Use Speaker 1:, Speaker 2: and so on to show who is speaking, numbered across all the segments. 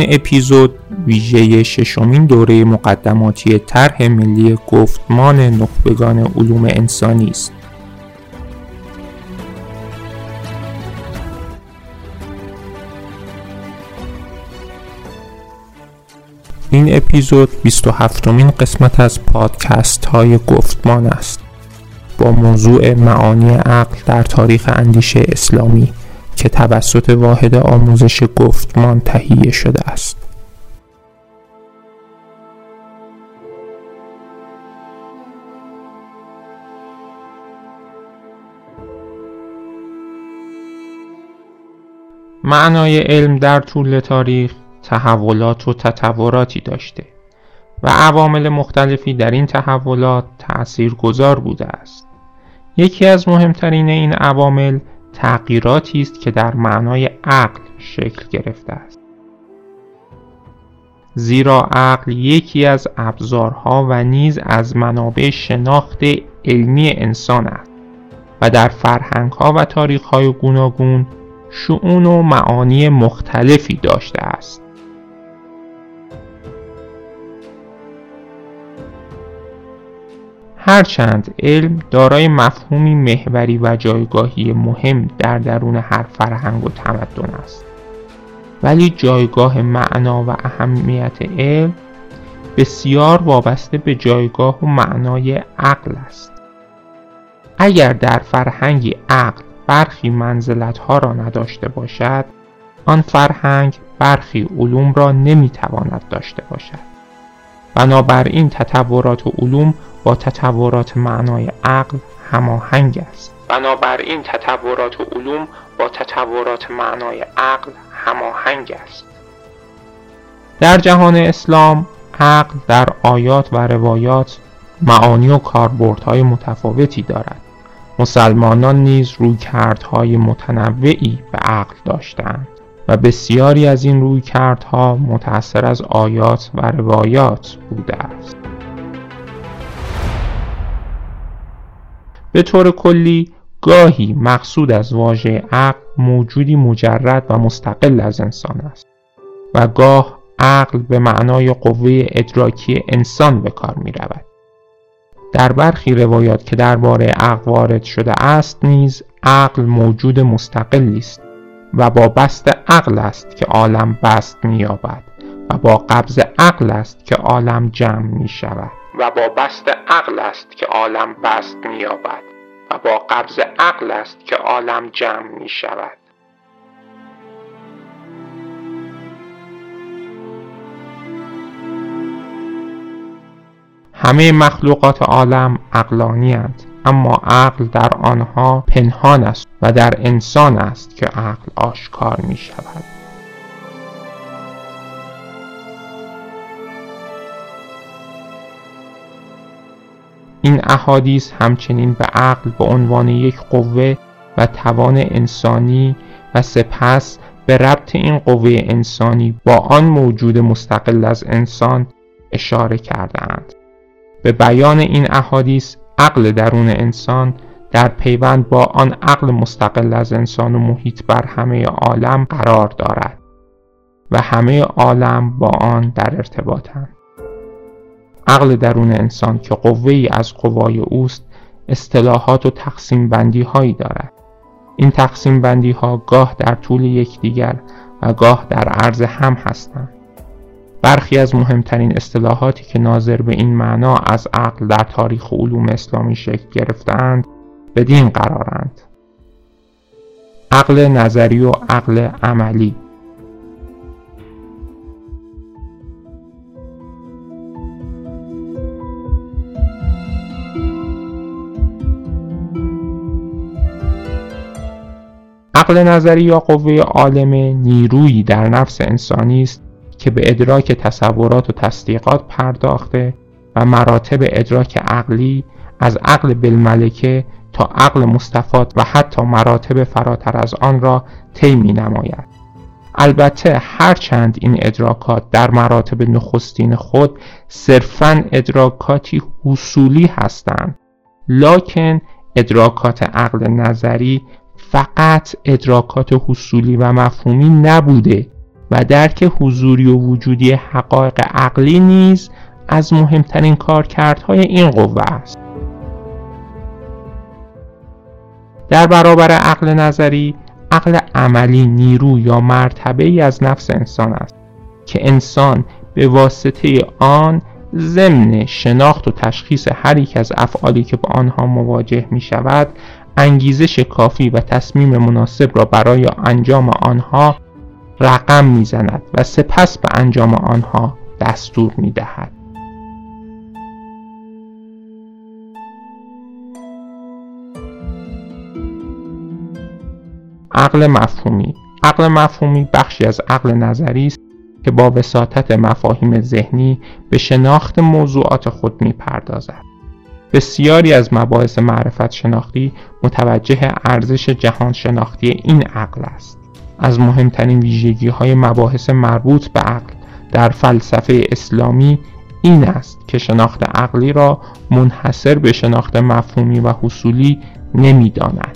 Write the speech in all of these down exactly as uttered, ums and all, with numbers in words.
Speaker 1: این اپیزود ویژه ششمین دوره مقدماتی طرح ملی گفتمان نخبگان علوم انسانی است. این اپیزود بیست و هفتمین قسمت از پادکست های گفتمان است با موضوع معانی عقل در تاریخ اندیشه اسلامی که توسط واحد آموزش گفتمان تهیه شده است. معنای علم در طول تاریخ تحولات و تطوراتی داشته و عوامل مختلفی در این تحولات تأثیرگذار بوده است. یکی از مهمترین این عوامل تغییراتی است که در معنای عقل شکل گرفته است. زیرا عقل یکی از ابزارها و نیز از منابع شناخت علمی انسان است و در فرهنگ‌ها و تاریخ‌های گوناگون شؤون و معانی مختلفی داشته است. هرچند علم دارای مفهومی محوری و جایگاهی مهم در درون هر فرهنگ و تمدن است، ولی جایگاه معنا و اهمیت علم بسیار وابسته به جایگاه و معنای عقل است. اگر در فرهنگی عقل برخی منزلت‌ها را نداشته باشد، آن فرهنگ برخی علوم را نمی‌تواند داشته باشد. بنابراین تطورات علوم با تطورات معنای عقل هماهنگ است. بنابراین تطورات علوم با تطورات معنای عقل هماهنگ است. در جهان اسلام عقل در آیات و روایات معانی و کاربردهای متفاوتی دارد. مسلمانان نیز رویکردهای متنوعی به عقل داشتند و بسیاری از این رویکردها متأثر از آیات و روایات بوده است. به طور کلی گاهی مقصود از واژه عقل موجودی مجرد و مستقل از انسان است و گاه عقل به معنای قوه ادراکی انسان به کار می رود. در برخی روایات که درباره عقل وارد شده است نیز عقل موجود مستقلی است و با بسط عقل است که عالم بسط می یابد و با قبض عقل است که عالم جمع می شود و با بسط عقل است که عالم بسط می یابد و با قبض عقل است که عالم جمع می شود. همه مخلوقات عالم عقلانی اند، اما عقل در آنها پنهان است و در انسان است که عقل آشکار می شود. این احادیث همچنین به عقل به عنوان یک قوه و توان انسانی و سپس به ربط این قوه انسانی با آن موجود مستقل از انسان اشاره کردند. به بیان این احادیث عقل درون انسان در پیوند با آن عقل مستقل از انسان و محیط بر همه عالم قرار دارد و همه عالم با آن در ارتباطند. عقل درون انسان که قوه‌ای از قوای اوست اصطلاحات و تقسیم بندی هایی دارد. این تقسیم بندی ها گاه در طول یکدیگر و گاه در عرض هم هستند. برخی از مهمترین اصطلاحاتی که ناظر به این معنا از عقل در تاریخ علوم اسلامی شکل گرفتند بدین قرارند: عقل نظری و عقل عملی. عقل نظری یا قوه عالمه نیرویی در نفس انسانی است که به ادراک تصورات و تصدیقات پرداخته و مراتب ادراک عقلی از عقل بالملکه تا عقل مستفاد و حتی مراتب فراتر از آن را طی می‌نماید. البته هرچند این ادراکات در مراتب نخستین خود صرفاً ادراکاتی حصولی هستند، لکن ادراکات عقل نظری فقط ادراکات حصولی و مفهومی نبوده و درک حضوری و وجودی حقایق عقلی نیز از مهمترین کارکردهای این قوه است. در برابر عقل نظری، عقل عملی نیرو یا مرتبه‌ای از نفس انسان است که انسان به واسطه آن ضمن شناخت و تشخیص هر یک از افعالی که با آنها مواجه می شود، انگیزش کافی و تصمیم مناسب را برای انجام آنها رقم می زند و سپس به انجام آنها دستور می دهد. عقل مفهومی. عقل مفهومی بخشی از عقل نظری است که با وساطت مفاهیم ذهنی به شناخت موضوعات خود می‌پردازد. بسیاری از مباحث معرفت شناختی متوجه ارزش جهان شناختی این عقل است. از مهمترین ویژگی‌های مباحث مربوط به عقل در فلسفه اسلامی این است که شناخت عقلی را منحصر به شناخت مفهومی و حصولی نمی‌داند.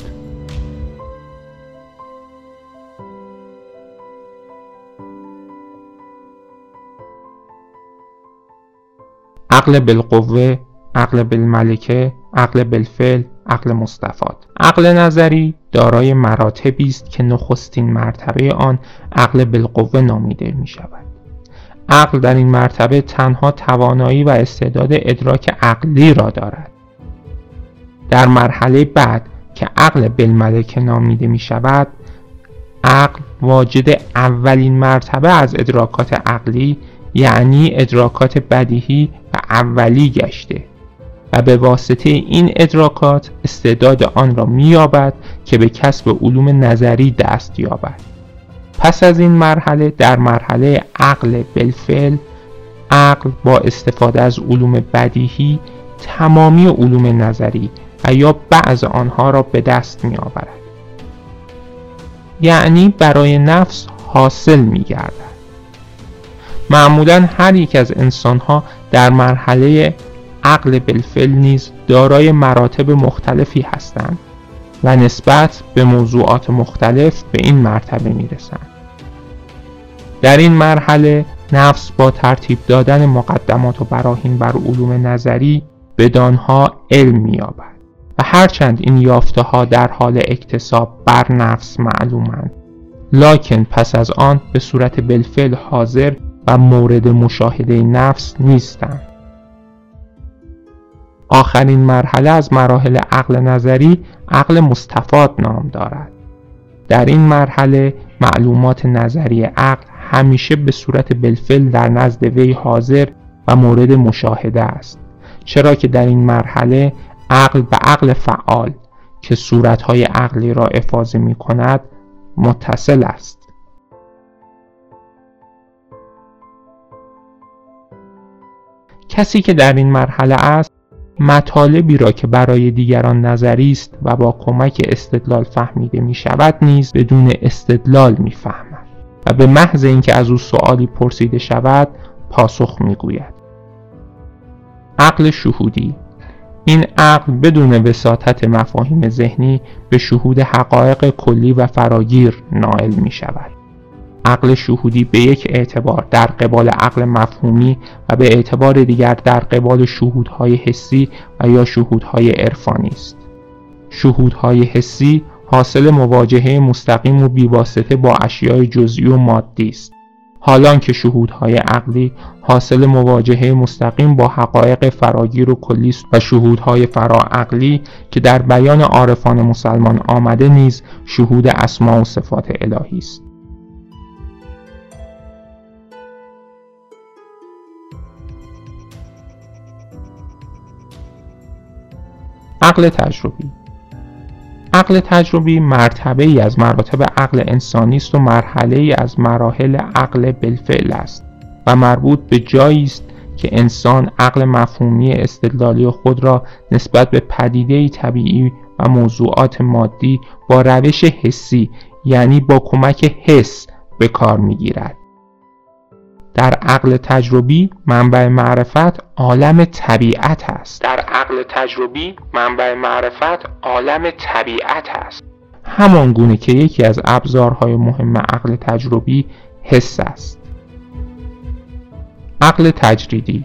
Speaker 1: عقل بالقوه، عقل بالملکه، عقل بالفعل، عقل مستفاد. عقل نظری دارای مراتبی است که نخستین مرتبه آن عقل بالقوه نامیده می شود. عقل در این مرتبه تنها توانایی و استعداد ادراک عقلی را دارد. در مرحله بعد که عقل بالملکه نامیده می شود، عقل واجد اولین مرتبه از ادراکات عقلی، یعنی ادراکات بدیهی و اولی گشته و به واسطه این ادراکات استعداد آن را می‌یابد که به کسب علوم نظری دست یابد. پس از این مرحله در مرحله عقل بالفعل، عقل با استفاده از علوم بدیهی تمامی علوم نظری و یا بعض آنها را به دست می‌آورد. یعنی برای نفس حاصل می‌گردد. معمولاً هر یک از انسان‌ها در مرحله عقل بالفعل نیز دارای مراتب مختلفی هستند و نسبت به موضوعات مختلف به این مرتبه می‌رسند. در این مرحله نفس با ترتیب دادن مقدمات و براهین بر علوم نظری بدانها علم می‌یابد و هرچند این یافته‌ها در حال اکتساب بر نفس معلومند، لکن پس از آن به صورت بالفعل حاضر و مورد مشاهده نفس نیستند. آخرین مرحله از مراحل عقل نظری عقل مستفاد نام دارد. در این مرحله معلومات نظری عقل همیشه به صورت بالفعل در نزد وی حاضر و مورد مشاهده است، چرا که در این مرحله عقل به عقل فعال که صورتهای عقلی را افاضه می کند متصل است. کسی که در این مرحله است مطالبی را که برای دیگران نظری است و با کمک استدلال فهمیده می شود نیز بدون استدلال می فهمد و به محض اینکه از او سؤالی پرسیده شود پاسخ می گوید. عقل شهودی. این عقل بدون وساطت مفاهیم ذهنی به شهود حقایق کلی و فراگیر نائل می شود. عقل شهودی به یک اعتبار در قبال عقل مفهومی و به اعتبار دیگر در قبال شهودهای حسی و یا شهودهای عرفانی است. شهودهای حسی حاصل مواجهه مستقیم و بیواسطه با اشیای جزئی و مادی است، حالان که شهودهای عقلی حاصل مواجهه مستقیم با حقایق فراگیر و کلی است و شهودهای فراعقلی که در بیان عارفان مسلمان آمده نیز شهود اسما و صفات الهی است. عقل تجربی. عقل تجربی مرتبه ای از مراتب عقل انسانی است و مرحله ای از مراحل عقل بالفعل است و مربوط به جایی است که انسان عقل مفهومی استدلالی خود را نسبت به پدیده‌ای طبیعی و موضوعات مادی با روش حسی، یعنی با کمک حس به کار می‌گیرد. در عقل تجربی منبع معرفت عالم طبیعت است. در عقل تجربی منبع معرفت عالم طبیعت است. همان گونه که یکی از ابزارهای مهم عقل تجربی حس است. عقل تجریدی.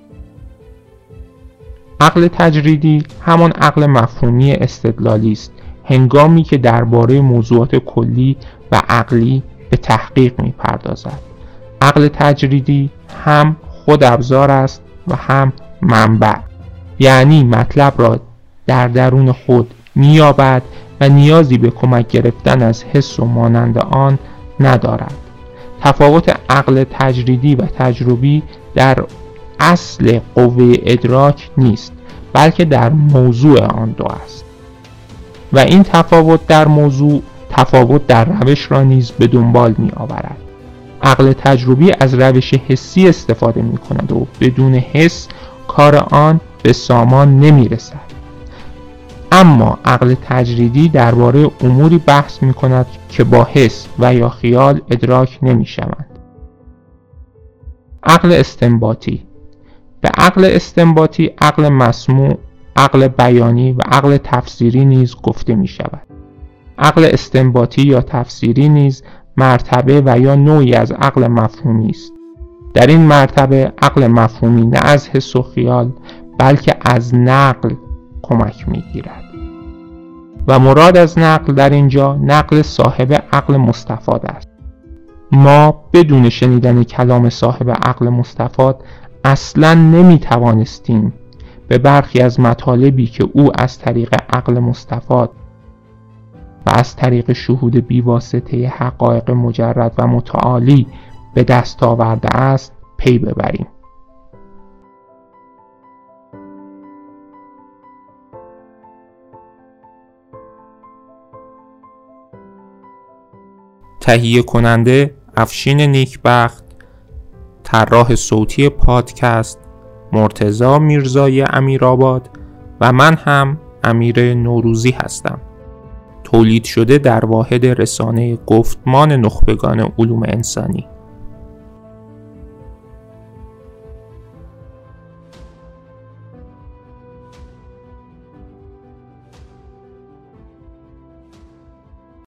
Speaker 1: عقل تجریدی همان عقل مفهومی استدلالی است، هنگامی که درباره موضوعات کلی و عقلی به تحقیق می‌پردازد. عقل تجریدی هم خود ابزار است و هم منبع، یعنی مطلب را در درون خود می‌یابد و نیازی به کمک گرفتن از حس و مانند آن ندارد. تفاوت عقل تجریدی و تجربی در اصل قوه ادراک نیست، بلکه در موضوع آن دو است و این تفاوت در موضوع تفاوت در روش را نیز به دنبال می آورد. عقل تجربی از روش حسی استفاده می کند و بدون حس کار آن به سامان نمی رسد. اما عقل تجریدی درباره اموری بحث می کند که با حس و یا خیال ادراک نمی شوند. عقل استنباطی. به عقل استنباطی عقل مسموع، عقل بیانی و عقل تفسیری نیز گفته می شود. عقل استنباطی یا تفسیری نیز مرتبه و یا نوعی از عقل مفهومی است. در این مرتبه عقل مفهومی نه از حس و خیال بلکه از نقل کمک می گیرد و مراد از نقل در اینجا نقل صاحب عقل مستفاد است. ما بدون شنیدن کلام صاحب عقل مستفاد اصلا نمی توانستیم به برخی از مطالبی که او از طریق عقل مستفاد و از طریق شهود بیواسطه حقایق مجرد و متعالی به دست آورده است پی ببریم. تهیه کننده افشین نیکبخت، طراح صوتی پادکست مرتضی میرزای امیرآباد و من هم امیر نوروزی هستم. تولید شده در واحد رسانه گفتمان نخبگان علوم انسانی.